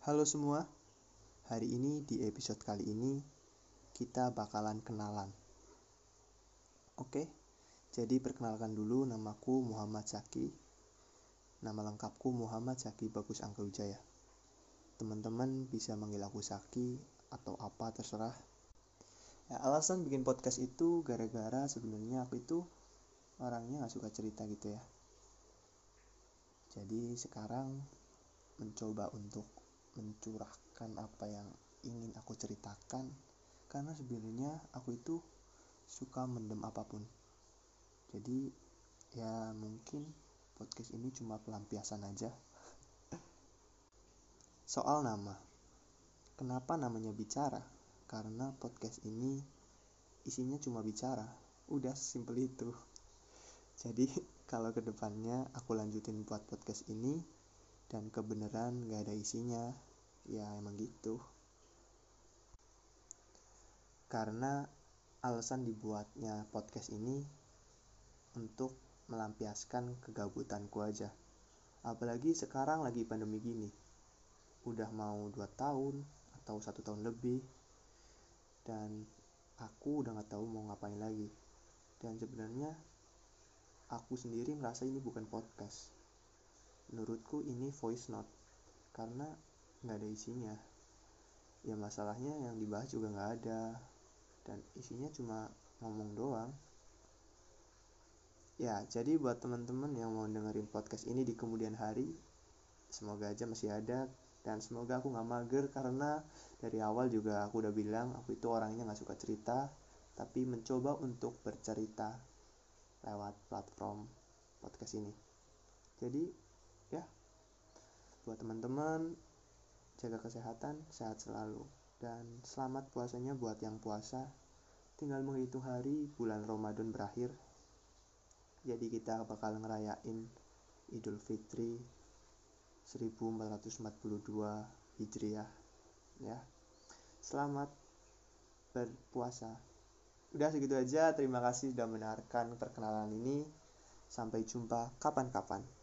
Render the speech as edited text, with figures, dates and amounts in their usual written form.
Halo semua, hari ini di episode kali ini kita bakalan kenalan. Oke, jadi perkenalkan dulu, namaku Muhammad Zaki. Nama lengkapku Muhammad Zaki Bagus Anggawijaya. Teman-teman bisa manggil aku Zaki atau apa terserah. Alasan bikin podcast itu gara-gara sebenarnya aku itu orangnya gak suka cerita gitu ya. Jadi sekarang mencoba untuk mencurahkan apa yang ingin aku ceritakan, karena sebenarnya aku itu suka mendem apapun. Jadi ya mungkin podcast ini cuma pelampiasan aja. Soal nama, kenapa namanya bicara? Karena podcast ini isinya cuma bicara, udah simpel itu. Jadi kalau kedepannya aku lanjutin buat podcast ini dan kebenaran gak ada isinya, ya emang gitu. Karena alasan dibuatnya podcast ini untuk melampiaskan kegabutanku aja. Apalagi sekarang lagi pandemi gini. Udah mau 2 tahun atau 1 tahun lebih. Dan aku udah gak tahu mau ngapain lagi. Dan sebenarnya aku sendiri ngerasa ini bukan podcast. Menurutku ini voice note. Karena gak ada isinya. Ya masalahnya yang dibahas juga gak ada. Dan isinya cuma ngomong doang. Ya, jadi buat teman-teman yang mau dengerin podcast ini di kemudian hari, semoga aja masih ada. Dan semoga aku gak mager, karena dari awal juga aku udah bilang aku itu orangnya gak suka cerita, tapi mencoba untuk bercerita lewat platform podcast ini. Jadi ya, buat teman-teman, jaga kesehatan, sehat selalu. Dan selamat puasanya buat yang puasa. Tinggal menghitung hari bulan Ramadan berakhir. Jadi kita bakal ngerayain Idul Fitri 1442 Hijriah ya. Selamat berpuasa. Udah segitu aja, terima kasih sudah mendengarkan perkenalan ini. Sampai jumpa kapan-kapan.